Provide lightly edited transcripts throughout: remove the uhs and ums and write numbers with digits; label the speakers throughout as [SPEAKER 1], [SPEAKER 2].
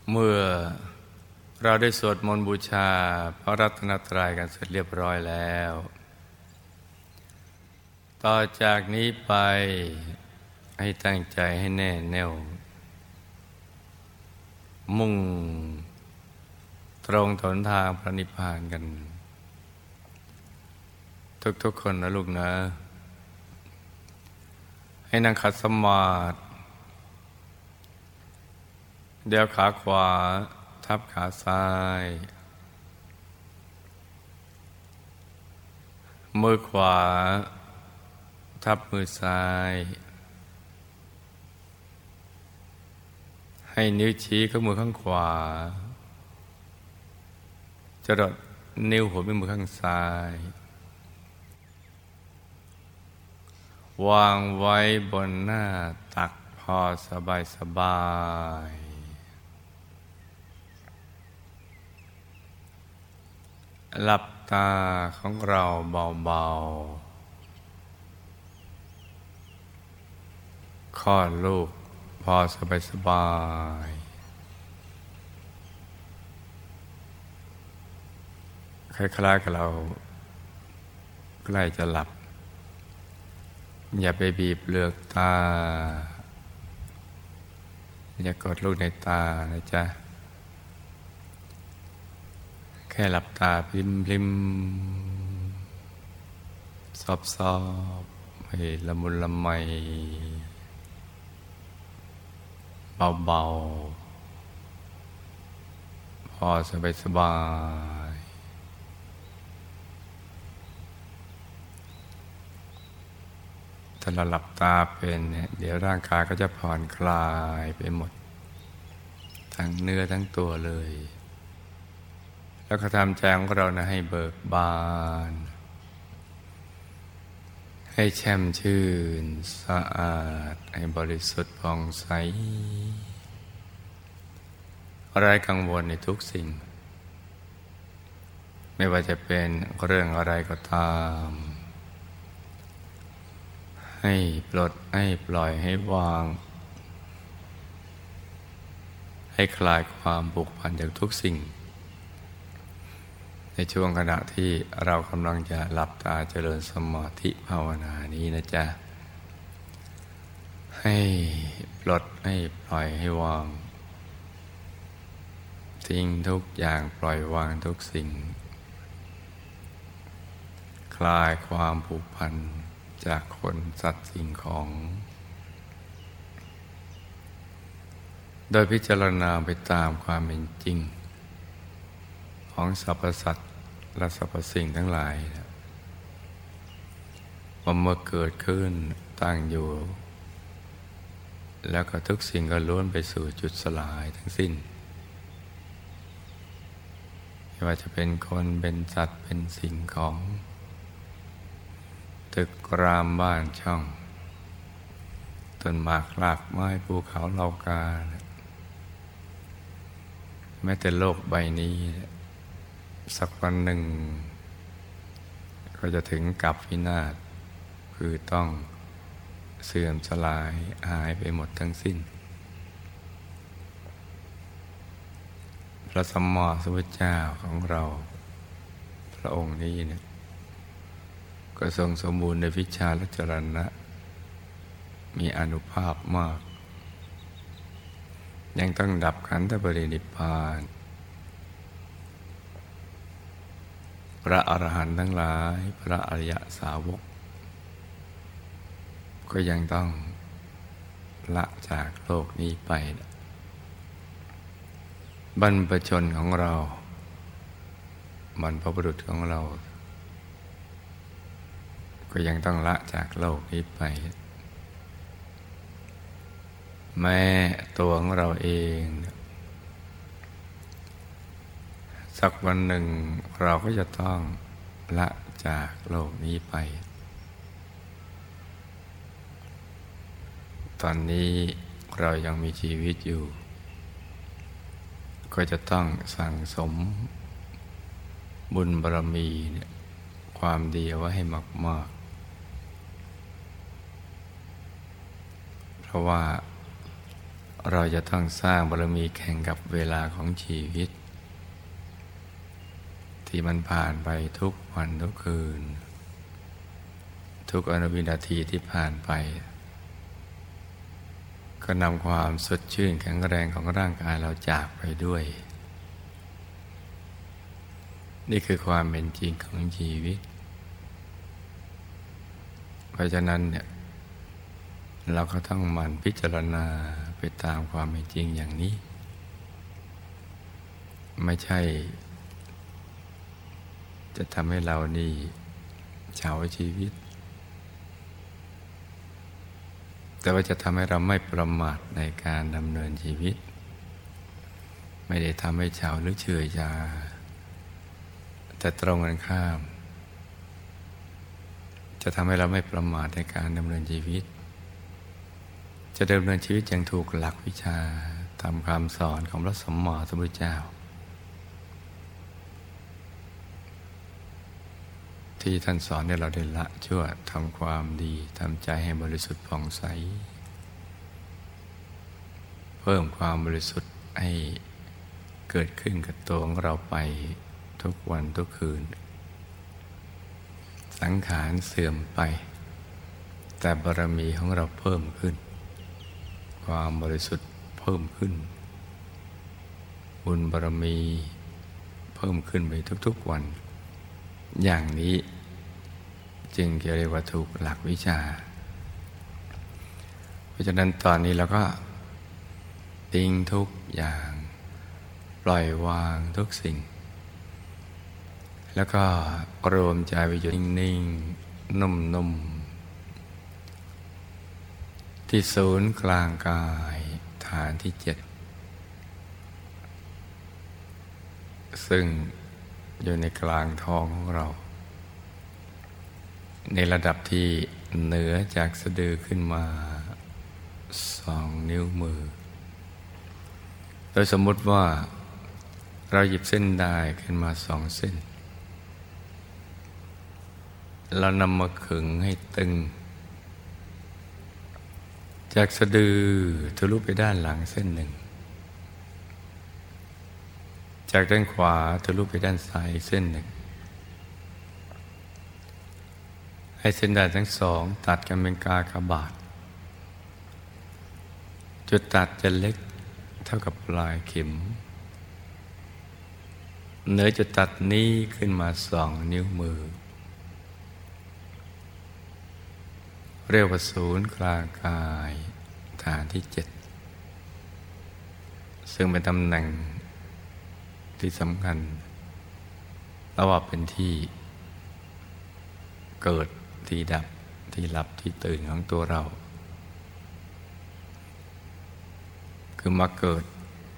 [SPEAKER 1] เมื่อเราได้สวดมนต์บูชาพระรัตนตรัยกันเสร็จเรียบร้อยแล้วต่อจากนี้ไปให้ตั้งใจให้แน่แน่วมุ่งตรงถนทางพระนิพพานกันทุกๆคนนะลูกนะให้นั่งขัดสมาธิเดี๋ยวขาขวาทับขาซ้ายมือขวาทับมือซ้ายให้นิ้วชี้ข้างมือข้างขวาจรดนิ้วหัวแม่มือข้างซ้ายวางไว้บนหน้าตักพอสบายหลับตาของเราเบาๆคลอดลูกพอสบายคล้ายๆกับเราใกล้จะหลับอย่าไปบีบเปลือกตาอย่ากดลูกในตานะจ๊ะแค่หลับตาพลิมซอบให้ละมุนละไมเบาๆพอสบายถ้าเราหลับตาเป็นเนี่ยเดี๋ยวร่างกายก็จะผ่อนคลายไปหมดทั้งเนื้อทั้งตัวเลยแล้วก็ทำใจของเรานะให้เบิกบานให้แช่มชื่นสะอาดให้บริสุทธิ์ผ่องใสไร้กังวลในทุกสิ่งไม่ว่าจะเป็นเรื่องอะไรก็ตามให้ปลดให้ปล่อยให้วางให้คลายความผูกพันจากทุกสิ่งในช่วงขณะที่เรากำลังจะหลับตาเจริญสมาธิภาวนานี้นะจ๊ะให้ปลดให้ปล่อยให้วางทิ้งทุกอย่างปล่อยวางทุกสิ่งคลายความผูกพันจากคนสัตว์สิ่งของโดยพิจารณาไปตามความเป็นจริงของสรรพสัตว์และสรรพสิ่งทั้งหลายว่าเมื่อเกิดขึ้นตั้งอยู่แล้วก็ทุกสิ่งก็ล้วนไปสู่จุดสลายทั้งสิ้นไม่ว่าจะเป็นคนเป็นสัตว์เป็นสิ่งของตึกรามบ้านช่องต้นหมากรากไม้ภูเขาเหล่ากาแม้แต่โลกใบนี้สักวันหนึ่งก็จะถึงกับวินาศคือต้องเสื่อมสลายหายไปหมดทั้งสิ้นพระสัมมาสัมพุทธเจ้าของเราพระองค์นี้เนี่ยก็ทรงสมบูรณ์ในวิชาและจรณะมีอานุภาพมากยังต้องดับขันธปรินิพพานพระอรหันต์ทั้งหลายพระอริยสาวกก็ยังต้องละจากโลกนี้ไปบรรพชนของเราบรรพบุรุษของเราก็ยังต้องละจากโลกนี้ไปแม้ตัวของเราเองสักวันหนึ่งเราก็จะต้องละจากโลกนี้ไปตอนนี้เรายังมีชีวิตอยู่ก็จะต้องสั่งสมบุญบารมีความดีเอาไว้ให้มากๆเพราะว่าเราจะต้องสร้างบารมีแข่งกับเวลาของชีวิตที่มันผ่านไปทุกวันทุกคืนทุกอนุวินาทีที่ผ่านไปก็นำความสดชื่นแข็งแรงของร่างกายเราจากไปด้วยนี่คือความเป็นจริงของชีวิตเพราะฉะนั้นเนี่ยเราก็ต้องหมั่นพิจารณาไปตามความเป็นจริงอย่างนี้ไม่ใช่จะทำให้เรานี่เฉาชีวิตแต่ว่าจะทำให้เราไม่ประมาทในการดำเนินชีวิตไม่ได้ทำให้เฉาหรือเฉื่อยชาแต่ตรงกันข้ามจะทำให้เราไม่ประมาทในการดำเนินชีวิตจะดำเนินชีวิตอย่างถูกหลักวิชาตามคำสอนของพระสัมมาสัมพุทธเจ้าที่ท่านสอนให้เราได้ละชั่วทำความดีทำใจให้บริสุทธิ์ผ่องใสเพิ่มความบริสุทธิ์ให้เกิดขึ้นกับตัวของเราไปทุกวันทุกคืนสังขารเสื่อมไปแต่บารมีของเราเพิ่มขึ้นความบริสุทธิ์เพิ่มขึ้นบุญบารมีเพิ่มขึ้นไปทุกๆวันอย่างนี้จึงจะเรียกว่าถูกหลักวิชาเพราะฉะนั้นตอนนี้เราก็ทิ้งทุกอย่างปล่อยวางทุกสิ่งแล้วก็รวมใจไปอยู่นิ่งๆนุ่มๆที่ศูนย์กลางกายฐานที่7ซึ่งอยู่ในกลางท้องของเราในระดับที่เหนือจากสะดือขึ้นมา2 นิ้วมือโดยสมมุติว่าเราหยิบเส้นด้ายขึ้นมา2 เส้นเรานำมาขึงให้ตึงจากสะดือทะลุไปด้านหลังเส้นหนึ่งจากด้านขวาทะลุไปด้านซ้ายเส้นหนึ่งให้เส้นด้ายทั้งสองตัดกันเป็นกากบาทจุดตัดจะเล็กเท่ากับปลายเข็มเหนือจุดตัดนี้ขึ้นมา2 นิ้วมือเรียกว่าศูนย์กลางกายฐานที่7ซึ่งเป็นตำแหน่งที่สำคัญระหว่างเป็นที่เกิดที่ดับที่หลับที่ตื่นของตัวเราคือมาเกิด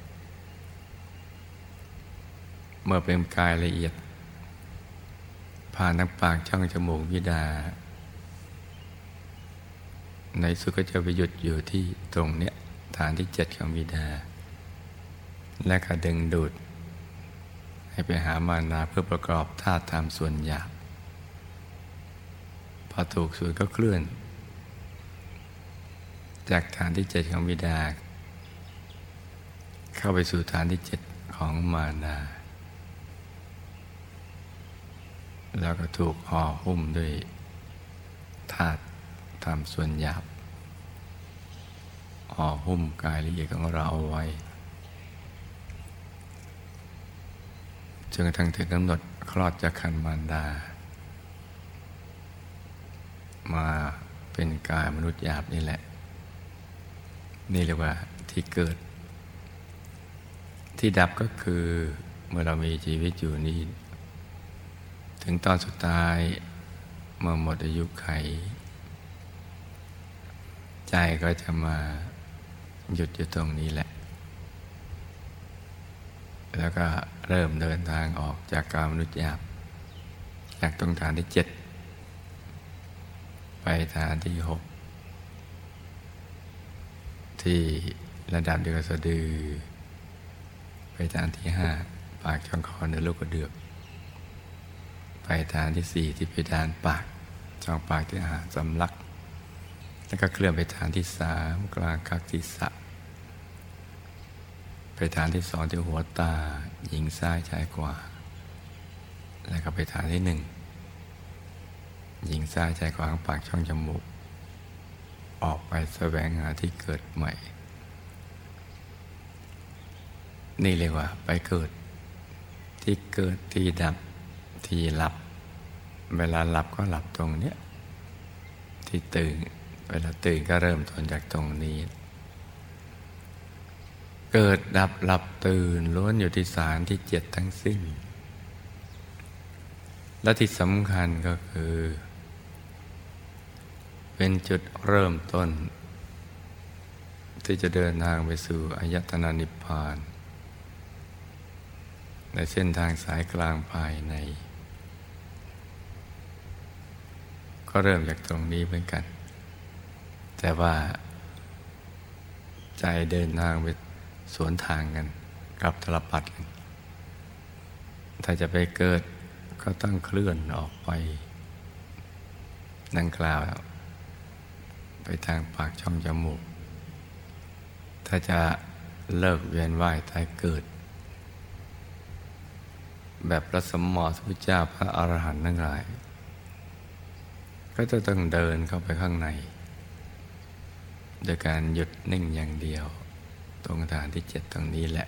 [SPEAKER 1] เมื่อเป็นกายละเอียดผ่านทางปากช่องจมูกวิดาในสุดก็จะไปหยุดอยู่ที่ตรงเนี้ยฐานที่7ของวิดาและก็ดึงดูดให้ไปหามานาเพื่อประกอบธาตุธรรมส่วนหยาบพอถูกส่วนก็เคลื่อนจากฐานที่7ของวิดาเข้าไปสู่ฐานที่7ของมานาแล้วก็ถูกห่อหุ้มด้วยธาตุธรรมส่วนหยาบห่อหุ้มกายละเอียดของเราเอาไว้จนกระทั่งถึงกำหนดคลอดจากครรภ์มารดามาเป็นกายมนุษย์หยาบนี่แหละนี่เรียกว่าที่เกิดที่ดับก็คือเมื่อเรามีชีวิตอยู่นี่ถึงตอนสุดท้ายเมื่อหมดอายุไขใจก็จะมาหยุดอยู่ตรงนี้แหละแล้วก็เริ่มเดินทางออกจากกายมนุษย์หยาบจากตรงฐานที่7ไปฐานที่6ที่ระดับเดียวกับสะดือไปฐานที่5ปากช่องคอเหนือลูกกระเดือกไปฐานที่4ที่เพดานปากช่องปากที่5สำลักแล้วก็เคลื่อนไปฐานที่3กลางคักศีรษะฐานที่สองที่หัวตาหญิงซ้ายชายขวาแล้วก็ไปฐานที่หนึ่งหญิงซ้ายชายขวาปากช่องจมูกออกไปแสวงหาที่เกิดใหม่นี่เรียกว่าไปเกิดที่เกิดที่ดับที่หลับเวลาหลับก็หลับตรงเนี้ยที่ตื่นเวลาตื่นก็เริ่มต้นจากตรงนี้เกิดดับหลับตื่นล้วนอยู่ที่ฐานที่เจ็ดทั้งสิ้นและที่สำคัญก็คือเป็นจุดเริ่มต้นที่จะเดินทางไปสู่อายตนะนิพพานในเส้นทางสายกลางภายในก็เริ่มจากตรงนี้เหมือนกันแต่ว่าใจเดินทางไปสวนทางกันกลับตลปัดกันถ้าจะไปเกิดก็ต้องเคลื่อนออกไปดังกล่าวไปทางปากช่องจมูกถ้าจะเลิกเวียนว่ายตายเกิดแบบพระสัมมาสัมพุทธเจ้าพระอรหันต์ทั้งหลายก็จะต้องเดินเข้าไปข้างในโดยการหยุดนิ่งอย่างเดียวตรงฐานที่เจ็ดตรงนี้แหละ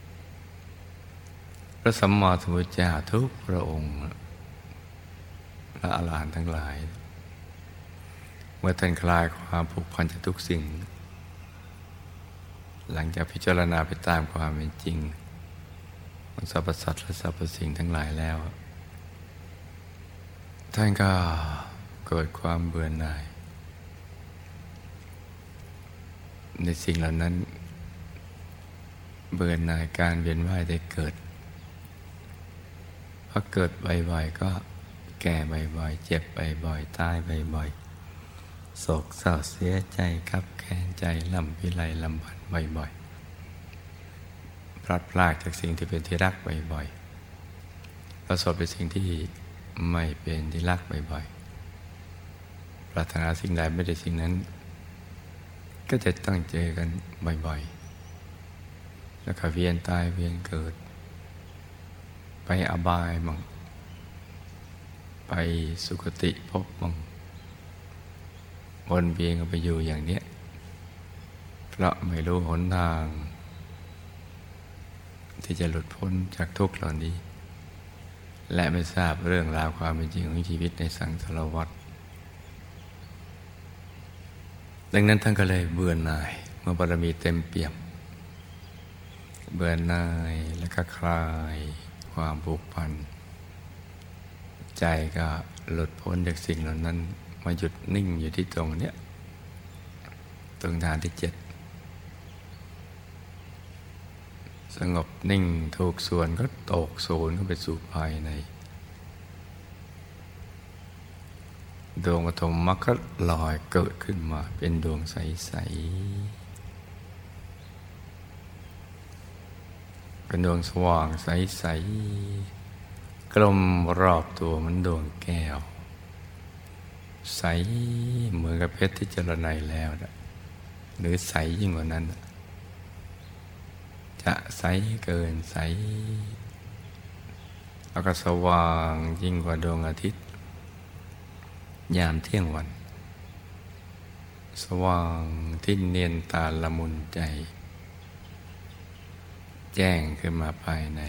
[SPEAKER 1] พระสัมมาสัมพุทธเจ้าทุกพระองค์พระอรหันต์ทั้งหลายเมื่อท่านคลายความผูกพันจากทุกสิ่งหลังจากพิจารณาไปตามความเป็นจริงของสรรพสัตว์และสรรพสิ่งทั้งหลายแล้วท่านก็เกิดความเบื่อหน่ายในสิ่งเหล่านั้นเบื่อหน่ายการเวียนว่ายได้เกิดพอเกิดบ่อยๆก็แก่บ่อยๆเจ็บบ่อยๆตายบ่อยๆโศกเศร้าเสียใจครับแค้นใจลำพิไรลำพันบ่อยๆพลัดพรากจากสิ่งที่เป็นที่รักบ่อยๆประสบกับสิ่งที่ไม่เป็นที่รักบ่อยๆปรารถนาสิ่งใดไม่ได้สิ่งนั้นก็จะต้องเจอกันบ่อยๆแล้วก็เวียนตายเวียนเกิดไปอบายมั่งไปสุคติภพมั่งวนเวียนกันไปอยู่อย่างเนี้ยเพราะไม่รู้หนทางที่จะหลุดพ้นจากทุกข์เหล่านี้และไม่ทราบเรื่องราวความเป็นจริงของชีวิตในสังสารวัฏดังนั้นท่านก็เลยเบื่อหน่ายเมื่อบารมีเต็มเปี่ยมเบื่อหน่ายและก็คลายความผูกพันใจก็หลุดพ้นจากสิ่งเหล่านั้นมาหยุดนิ่งอยู่ที่ตรงเนี้ยตรงฐานที่เจ็ดสงบนิ่งถูกส่วนก็ตกโซนเข้าไปสู่ภายในดวงปฐมมรรคก็ลอยเกิดขึ้นมาเป็นดวงใสๆเป็นดวงสว่างใสๆกลมรอบตัวเหมือนดวงแก้วใสเหมือนกับเพชรที่เจรไนแล้วนะหรือใสยิ่งกว่านั้นจะใสเกินใสแล้วก็สว่างยิ่งกว่าดวงอาทิตย์ยามเที่ยงวันสว่างที่เนียนตาละมุนใจแจ้งขึ้นมาภายใน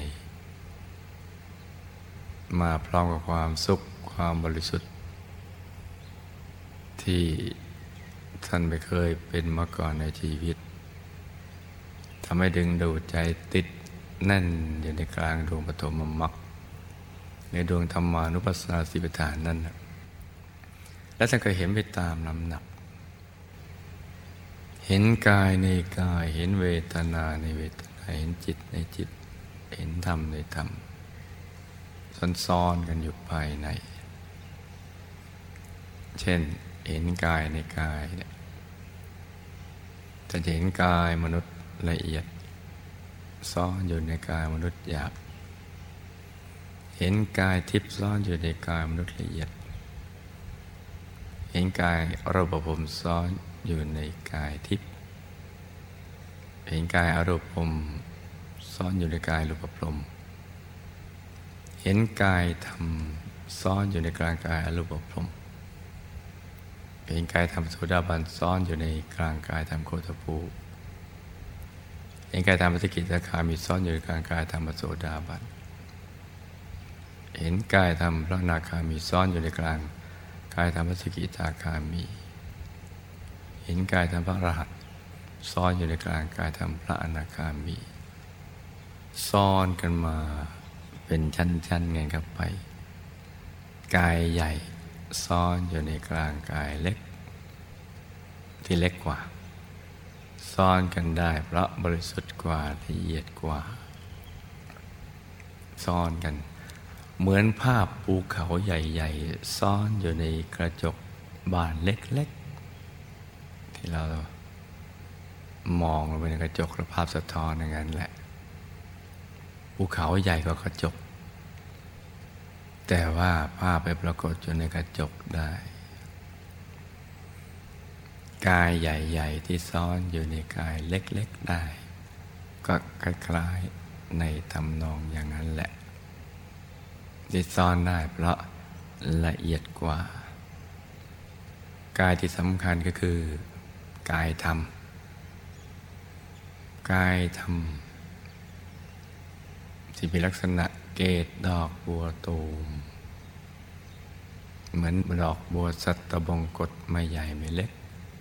[SPEAKER 1] มาพร้อมกับความสุขความบริสุทธิ์ที่ท่านไม่เคยเป็นมาก่อนในชีวิตทำให้ดึงดูดใจติดแน่นอยู่ในกลางดวงปฐมมรรคในดวงธรรมานุปัสสนาสีปฐานนั่นนะและท่านก็เห็นไปตามลำดับเห็นกายในกายเห็นเวทนาในเวทนาเห็นจิตในจิตเห็นธรรมในธรรมซ้อนๆกันอยู่ภายในเช่นเห็นกายในกายเนี่ยจะเห็นกายมนุษย์ละเอียดซ่อนอยู่ในกายมนุษย์หยาบเห็นกายทิพย์ซ่อนอยู่ในกายมนุษย์ละเอียดเห็นกายรูปภพซ่อนอยู่ในกายทิพย์เห็นกายอรูปภพซ่อนอยู่ในกายรูปพรหมเห็นกายธรรมซ่อนอยู่ในกลางกายอรูปพรหมเห็นกายธรรมโสดาบันซ่อนอยู่ในกลางกายธรรมโคตภูเห็นกายธรรมปฏิกิริยาคามีซ่อนอยู่ในกลางกายธรรมโสดาบันเห็นกายธรรมพระอนาคามีซ่อนอยู่ในกลางกายธรรมปฏิกิริยาคามีเห็นกายธรรมพระอรหันต์ซ่อนอยู่ในกลางกายธรรมพระอนาคามีซ่อนกันมาเป็นชั้นๆไงครับไปกายใหญ่ซ่อนอยู่ในกลางกายเล็กที่เล็กกว่าซ่อนกันได้เพราะบริสุทธิ์กว่าละเอียดกว่าซ่อนกันเหมือนภาพภูเขาใหญ่ๆซ่อนอยู่ในกระจกบานเล็กๆที่เรามองลงไปในกระจกแล้วภาพสะท้อนอย่างนั้นแหละภูเขาใหญ่กว่ากระจกแต่ว่าภาพไปปรากฏอยู่ในกระจกได้กายใหญ่ๆที่ซ่อนอยู่ในกายเล็กๆได้ก็คล้ายๆในทำนองอย่างนั้นแหละที่ซ่อนได้เพราะละเอียดกว่ากายที่สำคัญก็คือกายธรรมกายธรรมที่เป็นลักษณะเกศดอกบัวตูมเหมือนดอกบัวสัตบงกฎไม่ใหญ่ไม่เล็ก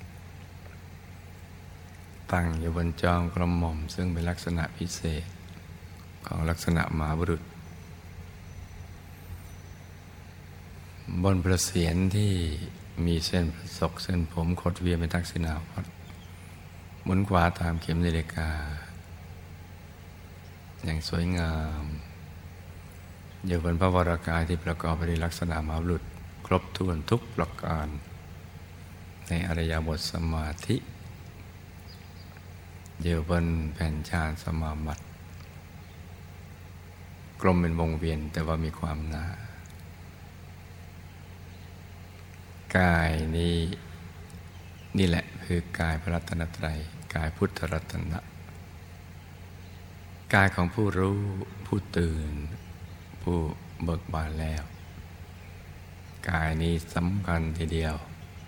[SPEAKER 1] ตั้งอยู่บนจอมกระหม่อมซึ่งเป็นลักษณะพิเศษของลักษณะมหาบุรุษบนประเสียรที่มีเส้นประศกเส้นผมขดเวียนเป็นทักษิณาวัตรหมุนขวาตามเข็มนาฬิกาอย่างสวยงามอยู่บนพระวรากายที่ประกอบไปด้วยลักษณะมหาบุรุษครบถ้วนทุกประการในอริยบทสมาธิอยู่บนแผ่นฌานสมาบัติกลมเป็นวงเวียนแต่ว่ามีความหนากายนี้นี่แหละคือกายพระรัตนตรัยกายพุทธรัตนะกายของผู้รู้ผู้ตื่นผู้เบิกบานแล้วกายนี้สำคัญทีเดียว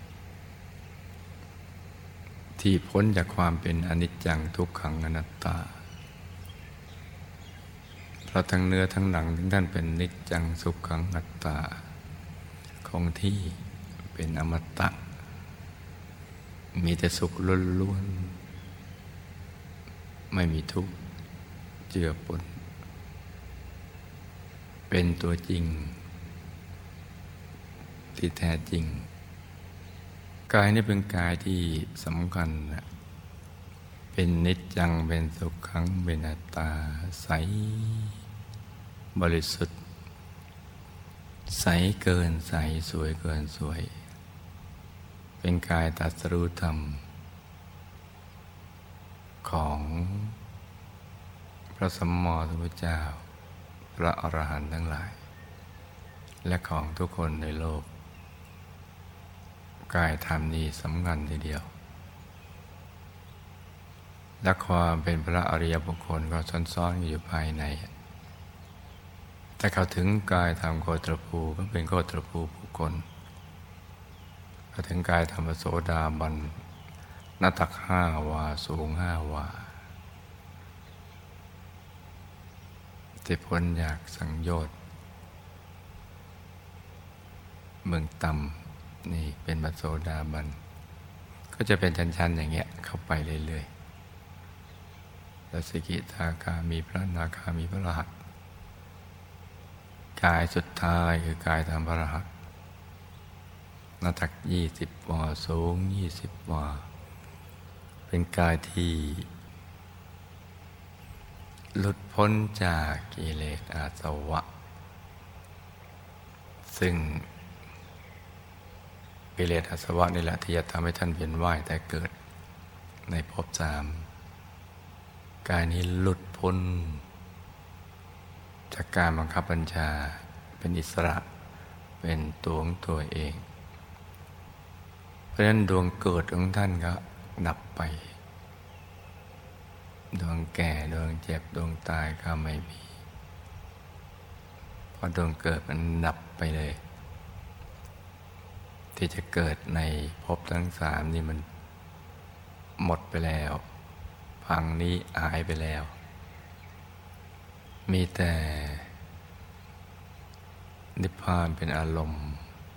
[SPEAKER 1] ที่พ้นจากความเป็นอนิจจังทุกขังอนัตตาเพราะทั้งเนื้อทั้งหนังทั้งท่านเป็นนิจจังสุขขังอนัตตาคงที่เป็นอมตะมีแต่สุขล้วนๆไม่มีทุกข์เจือปนเป็นตัวจริงที่แท้จริงกายนี้เป็นกายที่สำคัญเป็นนิจจังเป็นสุขขังเป็นอนัตตาใสบริสุทธิ์ใสเกินใสสวยเกินสวยเป็นกายตรัสรู้ธรรมของพระสัมมาสัมพุทธเจ้าพระอรหันต์ทั้งหลายและของทุกคนในโลกกายธรรมนี้สำคัญทีเดียวและความเป็นพระอริยบุคคลก็ซ่อนอยู่ภายในแต่เขาถึงกายธรรมโคตรภูก็เป็นโคตรภูบุคคลเขาถึงกายธรรมโสดาบันหน้าตัก5 วาสูง5 วาที่พ้นจากสังโยชน์เบื้องต่ำนี่เป็นพระโสดาบันก็จะเป็นชั้นๆอย่างเงี้ยเข้าไปเรื่อยๆแล้วสกิทาคามีพระอนาคามีพระอรหันต์กายสุดท้ายคือกายธรรมพระอรหันต์หน้าตัก20 วาสูง20 วาเป็นกายที่หลุดพ้นจากกิเลสอาสวะซึ่งกิเลสอาสวะนี่แหละที่จะทำให้ท่านเวียนว่ายแต่เกิดในภพ3กายนี้หลุดพ้นจากการบังคับบัญชาเป็นอิสระเป็นตัวของตัวเองเพราะฉะนั้นดวงเกิดของท่านก็ดับไปดวงแก่ดวงเจ็บดวงตายก็ไม่มีเพราะดวงเกิดมันดับไปเลยที่จะเกิดในภพทั้งสามนี่มันหมดไปแล้วพังนี้หายไปแล้วมีแต่นิพพานเป็นอารมณ์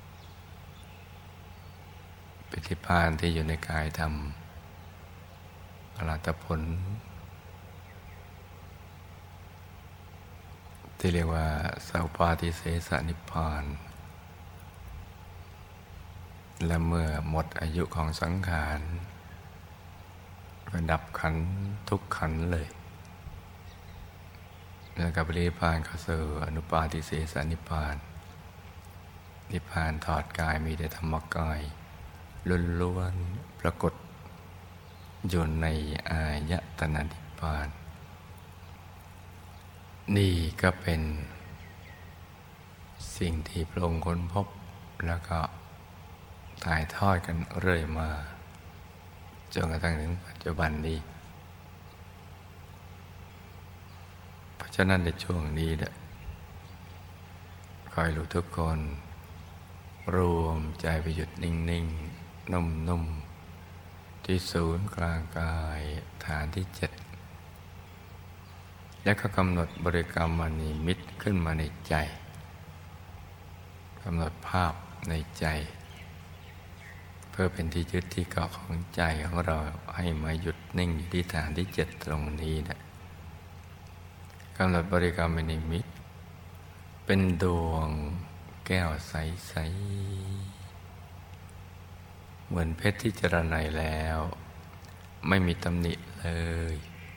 [SPEAKER 1] เป็นนิพพานที่อยู่ในกายธรรมอรหัตผลที่เรียกว่าสัพพาทิเสสนิพพานและเมื่อหมดอายุของสังขารก็ดับขันธ์ทุกขันธ์เลยแล้วก็ปรินิพพานเข้าสู่อนุปาทิเสสนิพพานนิพพานถอดกายมีแต่ธรรมกายล้วนๆปรากฏอยู่ในอายตนะนิพพานนี่ก็เป็นสิ่งที่พระองค์ค้นพบแล้วก็ถ่ายทอดกันเรื่อยมาจนกระทั่งถึงปัจจุบันนี้เพราะฉะนั้นในช่วงนี้เนี่ยขอให้รู้ทุกคนรวมใจไปหยุดนิ่งๆนุ่มๆที่ศูนย์กลางกายฐานที่7แล้วก็กำหนดบริกรรมนิมิตขึ้นมาในใจกำหนดภาพในใจเพื่อเป็นที่ยึดที่เกาะของใจของเราให้มาหยุดนิ่งอยู่ที่ฐานที่7ตรงนี้นะกำหนดบริกรรมนิมิตเป็นดวงแก้วใสๆเหมือนเพชรที่เจรไนแล้วไม่มีตำหนิเลย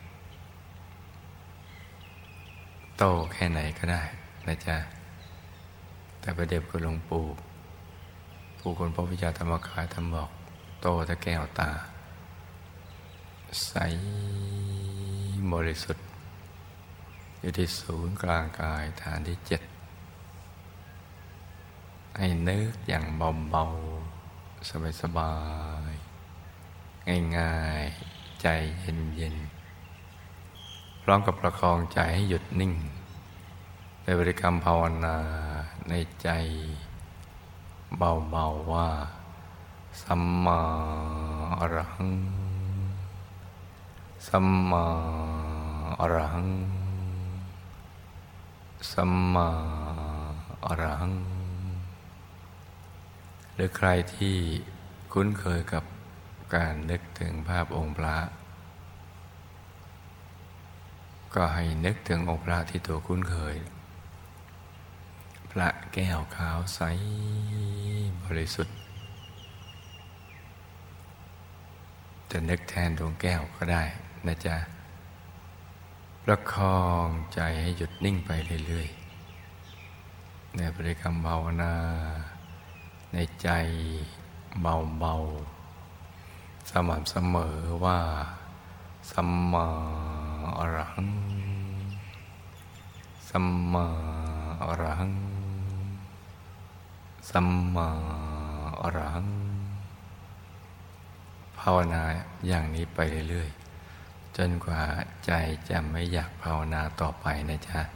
[SPEAKER 1] โตแค่ไหนก็ได้นะจ๊ะแต่ประเด็จคุณหลวงปู่ผู้คนพบวิชาธรรมกายท่านบอกโตแต่แก้วตาใสบริสุทธิ์อยู่ที่ศูนย์กลางกายฐานที่7ให้นึกอย่างเบาๆสบายๆง่ายๆใจเย็นๆพร้อมกับประคองใจให้หยุดนิ่งในบริกรรมภาวนาในใจเบาๆว่าสัมมาอรหังสัมมาอรหังสัมมาอรหังหรือใครที่คุ้นเคยกับการนึกถึงภาพองค์พระก็ให้นึกถึงองค์พระที่ตัวคุ้นเคยพระแก้วขาวใสบริสุทธิ์จะนึกแทนดวงแก้วก็ได้นะจ๊ะประคองใจให้หยุดนิ่งไปเรื่อยๆในบริกรรมภาวนาในใจเบาๆสม่ำเสมอว่าสัมมาอรหังสัมมาอรหังสัมมาอรหังภาวนาอย่างนี้ไปเรื่อยๆจนกว่าใจจะไม่อยากภาวนาต่อไปนะจ๊ะ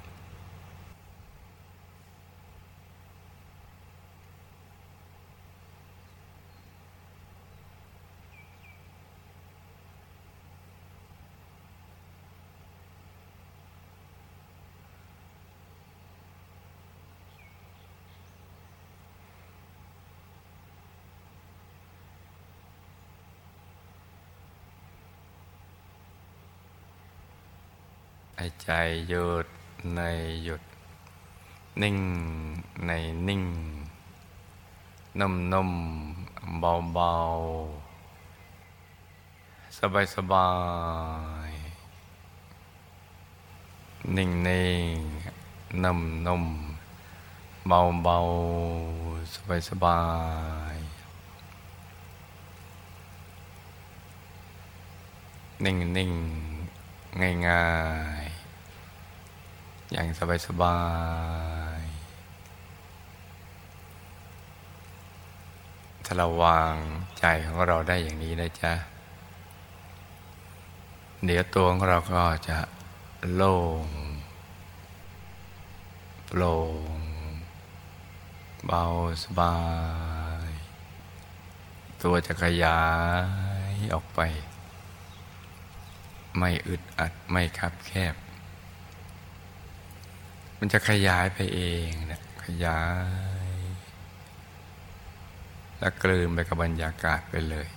[SPEAKER 1] ให้ใจหยุดในหยุดนิ่งในนิ่งนุ่มๆเบาๆสบายๆนิ่งๆนุ่มๆเบาๆสบายๆนิ่งๆง่ายๆอย่างสบายๆถ้าเราวางใจของเราได้อย่างนี้นะจ๊ะเดี๋ยวตัวของเราก็จะโล่งโปร่งเบาสบายตัวจะขยายออกไปไม่อึดอัดไม่คับแคบมันจะขยายไปเองนะขยายและกลืนไปกับบรรยากาศไปเลย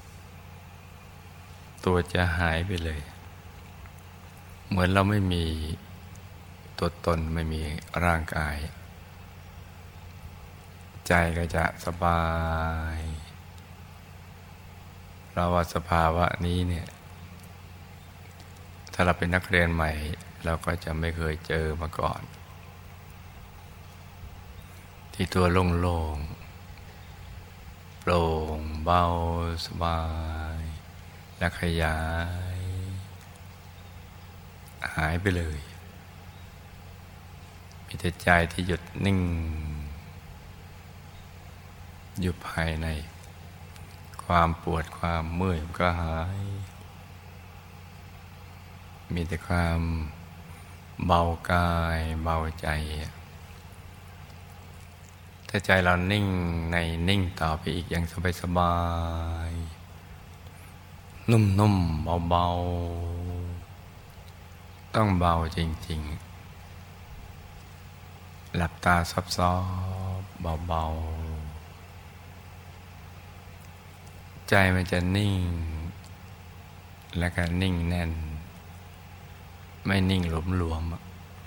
[SPEAKER 1] ตัวจะหายไปเลยเหมือนเราไม่มีตัวตนไม่มีร่างกายใจก็จะสบายเพราะว่าสภาวะนี้เนี่ยถ้าเราเป็นนักเรียนใหม่เราก็จะไม่เคยเจอมาก่อนที่ตัวโล่งๆโปร่งเบาสบายและขยายหายไปเลยมีแต่ใจที่หยุดนิ่งอยู่ภายในความปวดความเมื่อยก็หายมีแต่ความเบากายเบาใจถ้าใจเรานิ่งในนิ่งต่อไปอีกอย่างสบายๆนุ่มๆเบาๆต้องเบาจริงๆหลับตาซอบๆเบาๆใจมันจะนิ่งและก็นิ่งแน่นไม่นิ่งหลวม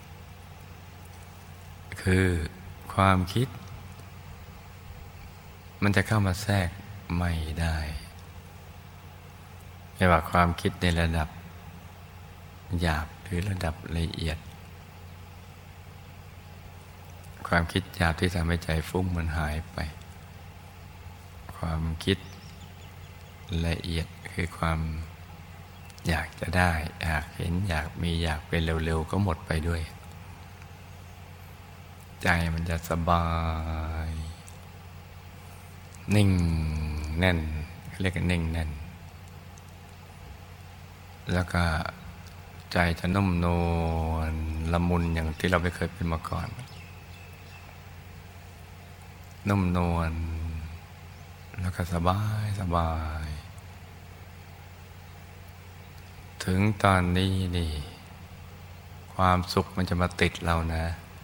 [SPEAKER 1] ๆคือความคิดมันจะเข้ามาแทรกไม่ได้ไม่ว่าความคิดในระดับหยาบหรือระดับละเอียดความคิดหยาบที่ทำให้ใจฟุ้งมันหายไปความคิดละเอียดคือความอยากจะได้อยากเห็นอยากมีอยากเป็นเร็วๆก็หมดไปด้วยใจมันจะสบายนิ่งแน่นเรียกกันนิ่งแน่นแล้วก็ใจจะนุ่มนวลละมุนอย่างที่เราไม่เคยเป็นมาก่อนนุ่มนวลแล้วก็สบายถึงตอนนี้นี่ความสุขมันจะมาติดเรานะ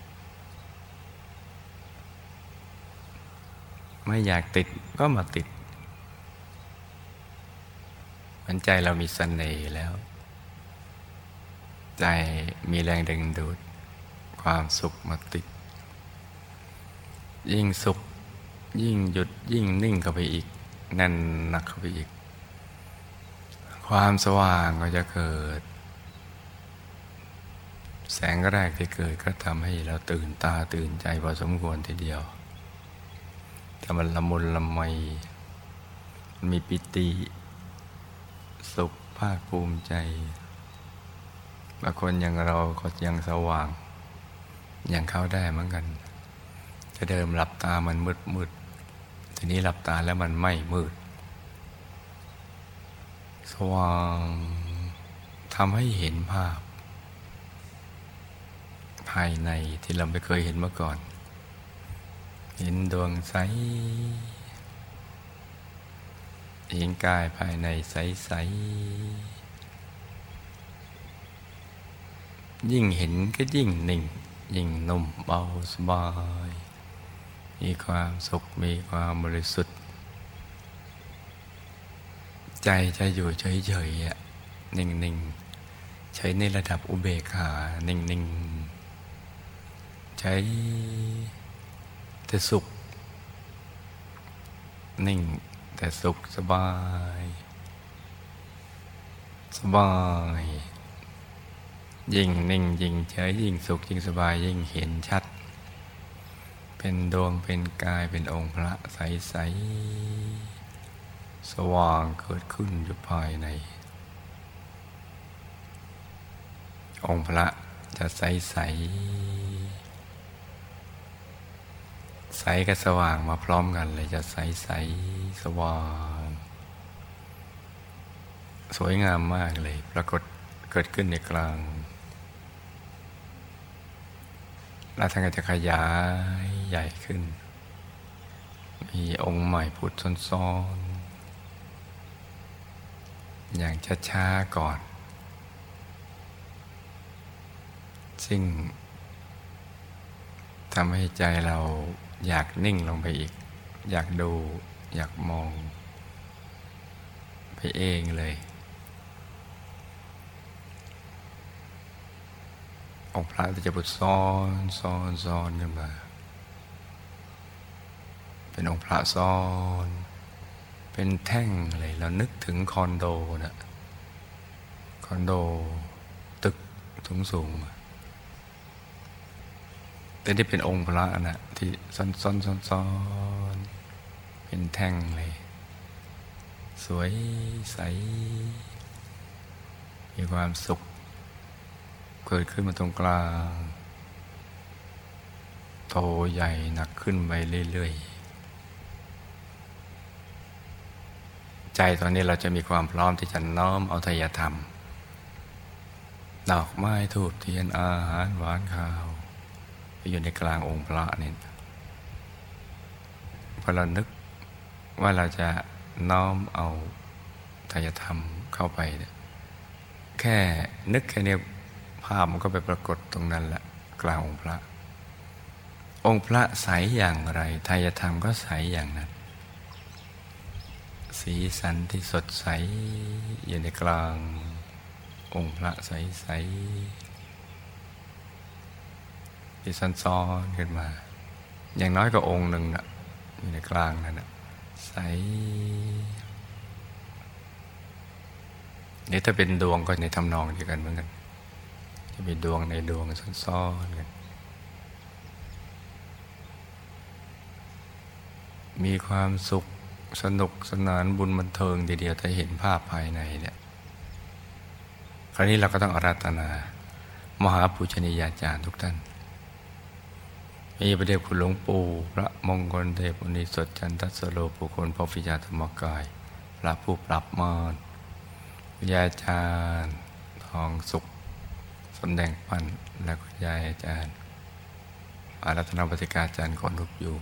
[SPEAKER 1] ไม่อยากติดก็มาติดมันใจเรามีเสน่ห์แล้วใจมีแรงดึงดูดความสุขมาติดยิ่งสุขยิ่งหยุดยิ่งนิ่งเข้าไปอีกแน่นหนักเข้าไปอีกความสว่างก็จะเกิดแสงแรกที่เกิดก็ทำให้เราตื่นตาตื่นใจพอสมควรทีเดียวแต่มันละมุนละไมมันมีปิติสุขภาคภูมิใจบางคนอย่างเราก็ยังสว่างอย่างเขาได้เหมือนกันแต่เดิมหลับตามันมืดทีนี้หลับตาแล้วมันไม่มืดสว่างทำให้เห็นภาพภายในที่เราไม่เคยเห็นมาก่อนเห็นดวงใสเห็นกายภายในใสๆยิ่งเห็นก็ยิ่งนิ่งยิ่งนุ่มเบาสบายมีความสุขมีความบริสุทธิ์ใจจะอยู่เฉยๆนิ่งๆใช้ในระดับอุเบกขานิ่งๆใช้แต่สุขนิ่งแต่สุขสบายยิ่งนิ่งยิ่งเฉยยิ่งสุขยิ่งสบายยิ่งเห็นชัดเป็นดวงเป็นกายเป็นองค์พระใสๆสว่างเกิดขึ้นอยู่ภายในองค์พระจะใสกับสว่างมาพร้อมกันเลยจะใสสว่างสวยงามมากเลยปรากฏเกิดขึ้นในกลางแล้วท่านก็จะขยายใหญ่ขึ้นมีองค์ใหม่ผุดซ้อนๆอย่างช้าๆก่อนซึ่งทำให้ใจเราอยากนิ่งลงไปอีกอยากดูอยากมองไปเองเลยองค์พระจะผุดซ้อนขึ้นมาเป็นองค์พระซ้อนเป็นแท่งอะไรเรานึกถึงคอนโดนะคอนโดตึกสูงแต่ที่เป็นองค์พระนะที่ซ้อนเป็นแท่งเลยสวยใสมีความสุขเกิดขึ้นมาตรงกลางโตใหญ่หนักขึ้นไปเรื่อยๆใจตอนนี้เราจะมีความพร้อมที่จะน้อมเอาไตรธรรมดอกไม้ธูปเทียนอาหารหวานข้าวไปอยู่ในกลางองค์พระนี่พอเรานึกว่าเราจะน้อมเอาไตรธรรมเข้าไปแค่นึกแค่นี้ภาพมันก็ไปปรากฏตรงนั้นแหละกลางองค์พระองค์พระใสอย่างไรไตรธรรมก็ใสอย่างนั้นสีสันที่สดใสอยู่ในกลางองค์พระใสๆที่ซ้อนขึ้นมาอย่างน้อยก็องค์หนึ่งน่ะอยู่ในกลางนั่นน่ะใสนี่ถ้าเป็นดวงก็ในทำนองเดียวกันเหมือนกันจะมีดวงในดวงซ้อนๆกันมีความสุขสนุกสนานบุญบันเทิงทีเดียวถ้าเห็นภาพภายในเนี่ยคราวนี้เราก็ต้องอาราธนามหาปูชนียาจารย์ทุกท่านมีพระเดชคุณหลวงปู่พระมงคลเทพมุนีสดจันทสโลปุคลพระวิชาธรรมกายพระผู้ปรับมารวิทยาจารย์ทองสุขสมแดงปั้นและคุณยายอาจารย์อารัตนปฏิกาจารย์คนทุกอยู่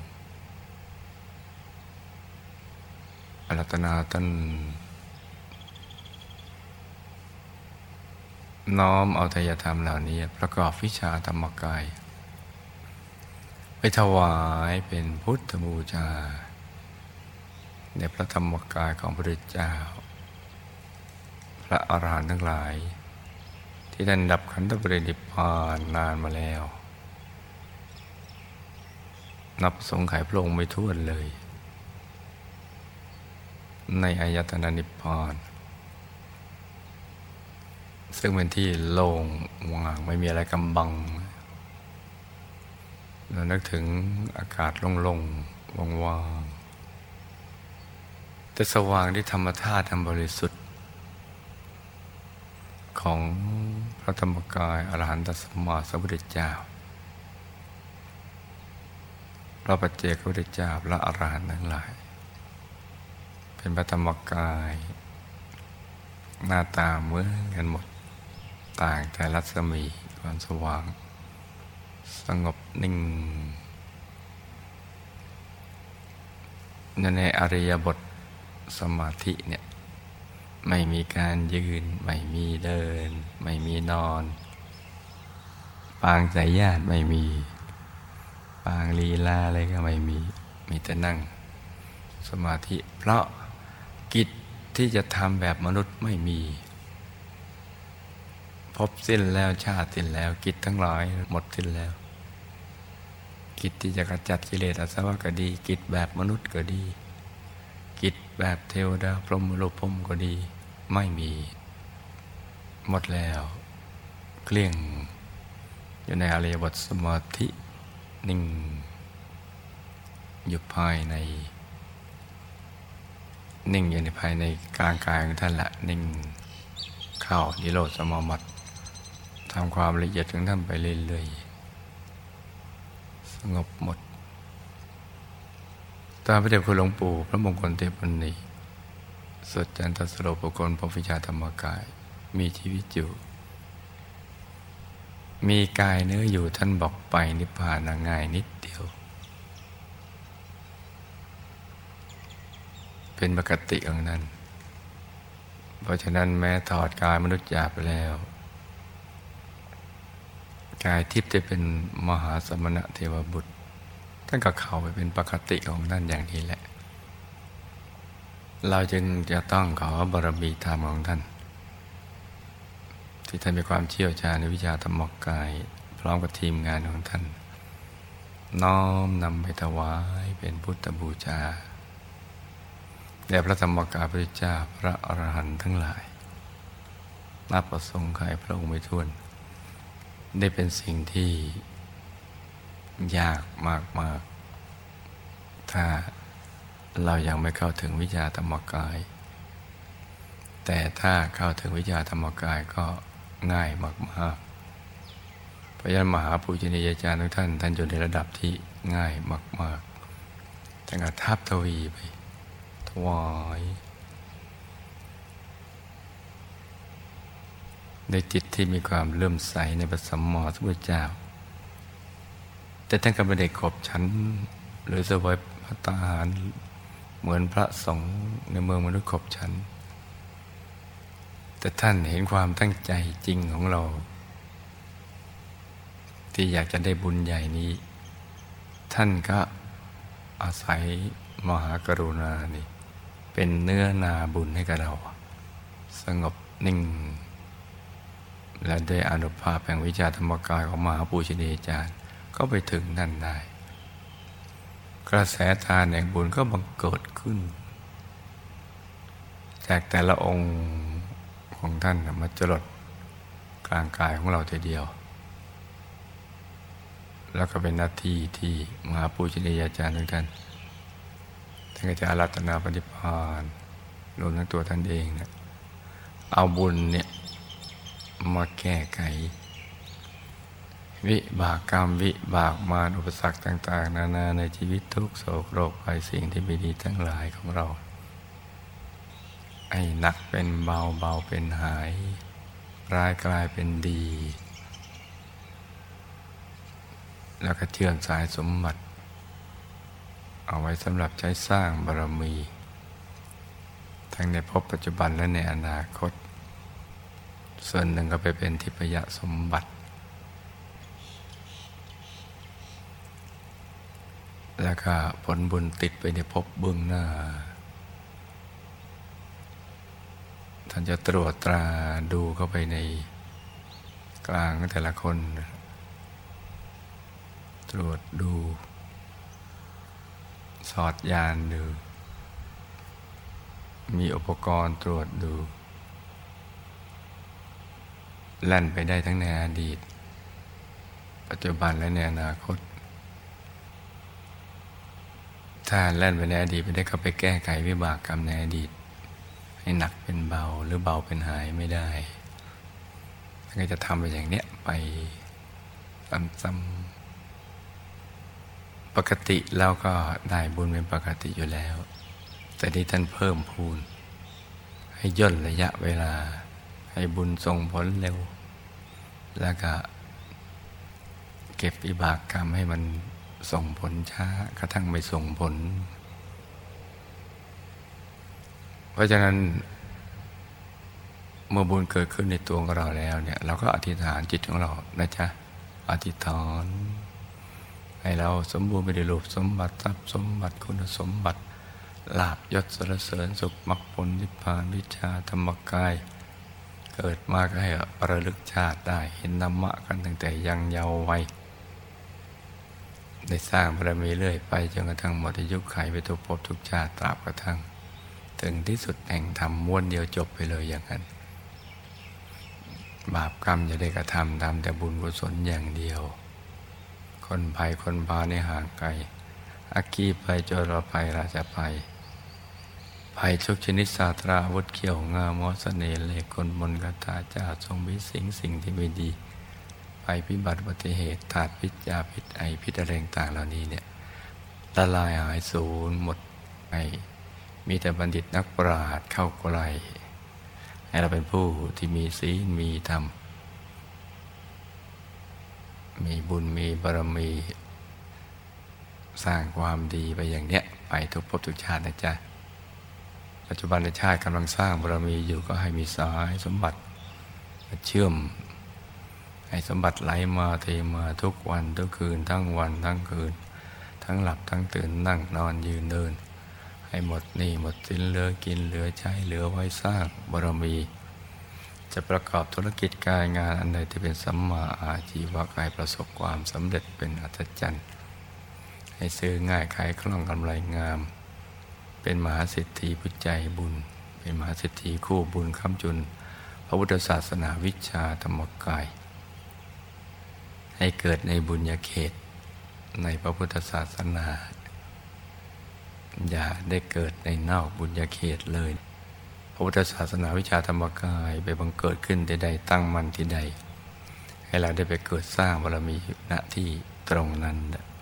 [SPEAKER 1] อารัตนาท่านน้อมเอาไตรธรรมเหล่านี้ประกอบวิชาธรรมกายไปถวายเป็นพุทธบูชาในพระธรรมกายของพระพุทธเจ้าพระอรหันต์ทั้งหลายที่ท่านดับขันธปรินิพพานนานมาแล้วนับสงไขยพระองค์ไม่ถ้วนเลยในอายตนะนิพพานซึ่งเป็นที่โล่งว่างไม่มีอะไรกำบังเรานึกถึงอากาศโล่งๆว่างๆแต่สว่างที่ธรรมธาตุอันบริสุทธิ์ของพระธรรมกายอรหันตสัมมาสัมพุทธเจ้าพระปัจเจกพุทธเจ้าพระอรหันต์ทั้งหลายเป็นพระธรรมกายหน้าตาเหมือนกันหมดต่างแต่รัศมีความสว่างสงบนิ่งในอริยบทสมาธิเนี่ยไม่มีการยืนไม่มีเดินไม่มีนอนปางสายญาติไม่มีปางลีลาอะไรก็ไม่มีแต่นั่งสมาธิเพราะกิจที่จะทำแบบมนุษย์ไม่มีพบสิ้นแล้วชาติสิ้นแล้วกิจทั้งหลายหมดสิ้นแล้วกิจที่จะกระจัดกิเลสอาสวะก็ดีกิจแบบมนุษย์ก็ดีกิจแบบเทวดาพรหมโลกพรหมก็ดีไม่มีหมดแล้วเกลี้ยงอยู่ในอริยบทสมาธินิ่งอยู่ภายในนิ่งอยู่ในภายในกลางกายของท่านละนิ่งเข้านิโรธสมาบัติทำความละเอียดของท่านไปเรื่อยๆสงบหมดตามพระเดชคุณหลวงปู่พระมงคลเทพมุนีสุดจันทสโลบุคคลพบวิชาธรรมกายมีชีวิตอยู่มีกายเนื้ออยู่ท่านบอกไปนิพพานง่ายนิดเดียวเป็นปกติของนั้นเพราะฉะนั้นแม้ถอดกายมนุษย์หยาบไปแล้วกายทิพย์จะเป็นมหาสมณะเทวบุตรท่านก็เข้าไปเป็นปกติของท่านอย่างนี้แหละเราจึงจะต้องขอบารมีธรรมของท่านที่ท่านมีความเชี่ยวชาญในวิชาธรรมกายพร้อมกับทีมงานของท่านน้อมนำไปถวายเป็นพุทธบูชาแด่พระธรรมกายพระเจ้าพระอรหันต์ทั้งหลายนับประสงค์ใครพระองค์ไม่ถ้วนได้เป็นสิ่งที่ยากมากๆถ้าเรายังไม่เข้าถึงวิชาธรรมกายแต่ถ้าเข้าถึงวิชาธรรมกายก็ง่ายมากๆเพราะฉะนั้นมหาปูชนียาจารย์ทุกท่านท่านอยู่ในระดับที่ง่ายมากๆแต่กระทับทวีไปถวายในจิตที่มีความเลื่อมใสในพระสัมมาสัมพุทธเจ้าแต่ท่านก็ไม่ได้ขบฉันหรือเสวยภัตตาหารเหมือนพระสงฆ์ในเมืองมนุษย์ขบฉันแต่ท่านเห็นความตั้งใจจริงของเราที่อยากจะได้บุญใหญ่นี้ท่านก็อาศัยมหากรุณานี่เป็นเนื้อนาบุญให้กับเราสงบนิ่งและด้วยอานุภาพแห่งวิชาธรรมกายของมหาปูชนียาจารย์ก็ไปถึงนั่นได้กระแสทานแห่งบุญก็บังเกิดขึ้นจากแต่ละองค์ของท่านมาจรดกลางกายของเราทีเดียวแล้วก็เป็นหน้าที่ที่มหาปูชนียาจารย์ทุกท่านก็จะอาราธนาปฏิภาณรวมทั้งตัวท่านเองเนี่ยเอาบุญเนี่ยมาแก้ไขวิบากกรรมวิบากมารอุปสรรคต่างๆนานาในชีวิตทุกโศกโรคภัยสิ่งที่ไม่ดีทั้งหลายของเราไอ้หนักเป็นเบาเบาเป็นหายร้ายกลายเป็นดีแล้วก็เชื่อมสายสมบัติเอาไว้สำหรับใช้สร้างบารมีทั้งในภพปัจจุบันและในอนาคตส่วนหนึ่งก็ไปเป็นทิพยสมบัติแล้วก็ผลบุญติดไปในภพเบื้องหน้าท่านจะตรวจตราดูเข้าไปในกลางแต่ละคนตรวจดูสอดยานดูมีอุปกรณ์ตรวจดูแล่นไปได้ทั้งในอดีตปัจจุบันและในอนาคตถ้าแล่นไปในอดีตไม่ได้เข้าไปแก้ไขวิบากกรรมในอดีตให้หนักเป็นเบาหรือเบาเป็นหายไม่ได้ท่านก็จะทำไปอย่างเนี้ยไปซ้ำปกติเราก็ได้บุญเป็นปกติอยู่แล้วแต่ที่ท่านเพิ่มพูนให้ย่นระยะเวลาให้บุญส่งผลเร็วแล้วก็เก็บวิบากกรรมให้มันส่งผลช้ากระทั่งไม่ส่งผลเพราะฉะนั้นเมื่อบุญเกิดขึ้นในตัวของเราแล้วเนี่ยเราก็อธิษฐานจิตของเรานะจ๊ะอธิษฐานให้เราสมบูรณ์ไปด้วยรูปสมบัติทรัพย์สมบัติคุณสมบัติลาภยศสรรเสริญสุขมรรคผลนิพพานวิชาธรรมกายเกิดมาก็ให้ระลึกชาติได้เห็นธรรมะกันตั้งแต่ยังเยาว์วัยได้สร้างบารมีเรื่อยไปจนกระทั่งหมดอายุขัยไปทุกภพทุกชาติตราบกระทั่งถึงที่สุดแห่งธรรมม้วนเดียวจบไปเลยอย่างนั้นบาปกรรมจะได้กระทำแต่บุญกุศลอย่างเดียวคนภัยคนพาในห่างไกลอัคคีภัยโจรภัยราชภัยภัยทุกชนิดศาสตราอาวุธเขี่ยวงามอเสน่ห์เหล็กกลมนคาถาจาทรงวิสิ่งที่ไม่ดีภัยพิบัติอุบัติเหตุธาตุพิษยาพิษไอพิษอะไรต่างเหล่านี้เนี่ยละลายหายสูญหมดไปมีแต่บัณฑิตนักปราชญ์เข้าใกล้ให้เราเป็นผู้ที่มีศีลมีธรรมมีบุญมีบารมีสร้างความดีไปอย่างเนี้ยไปทุกภพทุกชาตินะจ๊ะปัจจุบันในชาติกำลังสร้างบารมีอยู่ก็ให้มีสายสมบัติมาเชื่อมให้สมบัติไหลมาเทมาทุกวันทุกคืนทั้งวันทั้งคืนทั้งหลับทั้งตื่นนั่งนอนยืนเดินให้หมดหนี้หมดสินเหลือกินเหลือใช้เหลือไว้สร้างบารมีจะประกอบธุรกิจการงานอันใดที่เป็นสัมมาอาชีวะให้ประสบความสำเร็จเป็นอัศจรรย์ให้ซื้อง่ายขายคล่องกำไรงามเป็นมหาเศรษฐีผู้ใจบุญเป็นมหาเศรษฐีคู่บุญค้ำจุนพระพุทธศาสนาวิชาธรรมกายให้เกิดในบุญญาเขตในพระพุทธศาสนาอย่าได้เกิดในนอกบุญญาเขตเลยพระพุทธศาสนาวิชาธรรมกายไปบังเกิดขึ้นที่ใดตั้งมั่นที่ใดให้เราได้ไปเกิดสร้างบารมีณที่ตรงนั้น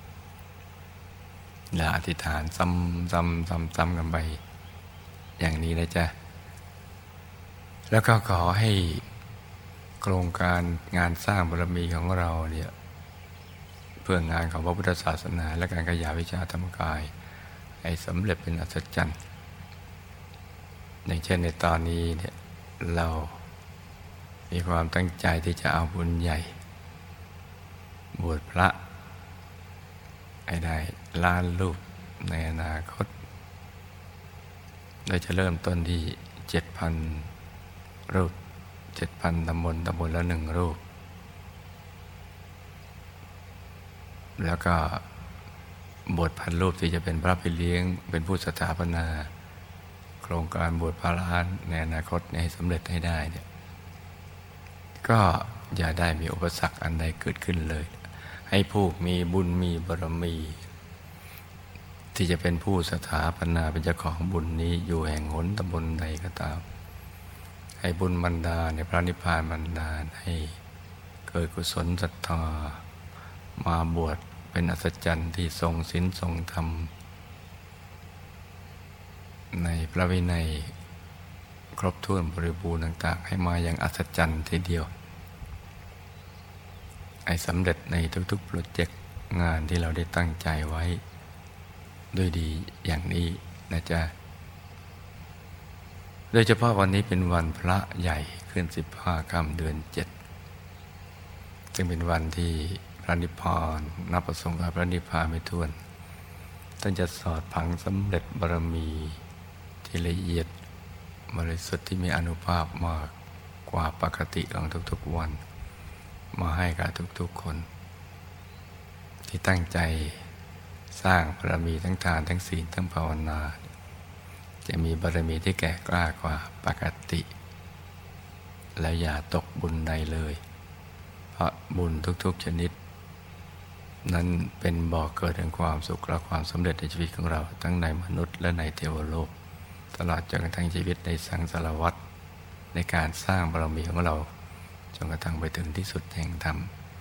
[SPEAKER 1] และอธิษฐานซ้ำกันไปอย่างนี้นะจ๊ะแล้วก็ขอให้โครงการงานสร้างบารมีของเราเนี่ยเพื่องานของพระพุทธศาสนาและการขยายวิชาธรรมกายให้สำเร็จเป็นอัศจรรย์อย่างเช่นในตอนนี้เนี่ยเรามีความตั้งใจที่จะเอาบุญใหญ่บวชพระให้ได้ล้านรูปในอนาคตเราจะเริ่มต้นที่ 7,000 รูป 7,000 ตำบลละ1 รูปแล้วก็บวช1,000 รูปที่จะเป็นพระพี่เลี้ยงเป็นผู้สถาปนาโครงการบวชพระล้านในอนาคตให้สำเร็จให้ได้เนี่ยก็อย่าได้มีอุปสรรคอันใดเกิดขึ้นเลยให้ผู้มีบุญมีบารมีที่จะเป็นผู้สถาปนาเป็นเจ้าของบุญนี้อยู่แห่งหนตำบลใดก็ตามให้บุญบันดาลในพระนิพพานบันดาลให้เกิดกุศลศรัทธามาบวชเป็นอัศจรรย์ที่ทรงศีลทรงธรรมในพระวินัยครบถ้วนบริบูรณ์ต่างๆให้มาอย่างอัศจรรย์ทีเดียวให้สำเร็จในทุกๆโปรเจกต์งานที่เราได้ตั้งใจไว้ด้วยดีอย่างนี้นะจ๊ะโดยเฉพาะวันนี้เป็นวันพระใหญ่ขึ้น15 ค่ำเดือน 7ซึ่งเป็นวันที่พระนิพพานนับประสงค์กับพระนิพพานไม่ถ้วนท่านจะสอดผังสำเร็จบารมีที่ละเอียดบริสุทธิ์ที่มีอานุภาพมากกว่าปกติของทุกๆวันมาให้กับทุกๆคนที่ตั้งใจสร้างบารมีทั้งทานทั้งศีลทั้งภาวนาจะมีบารมีที่แก่กล้ากว่าปกติและอย่าตกบุญใดเลยเพราะบุญทุกๆชนิดนั้นเป็นบ่อเกิดแห่งความสุขและความสำเร็จในชีวิตของเราทั้งในมนุษย์และในเทวโลกตลอดจนกระทั่งชีวิตในสังสารวัฏในการสร้างบารมีของเราจนกระทั่งไปถึงที่สุดแห่งธรรม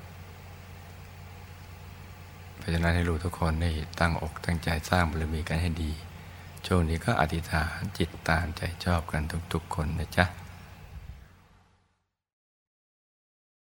[SPEAKER 1] เพราะฉะนั้นให้รู้ทุกคนได้ตั้งอกตั้งใจสร้างบารมีกันให้ดีช่วงนี้ก็อธิษฐานจิตตามใจชอบกันทุกๆคนนะจ๊ะ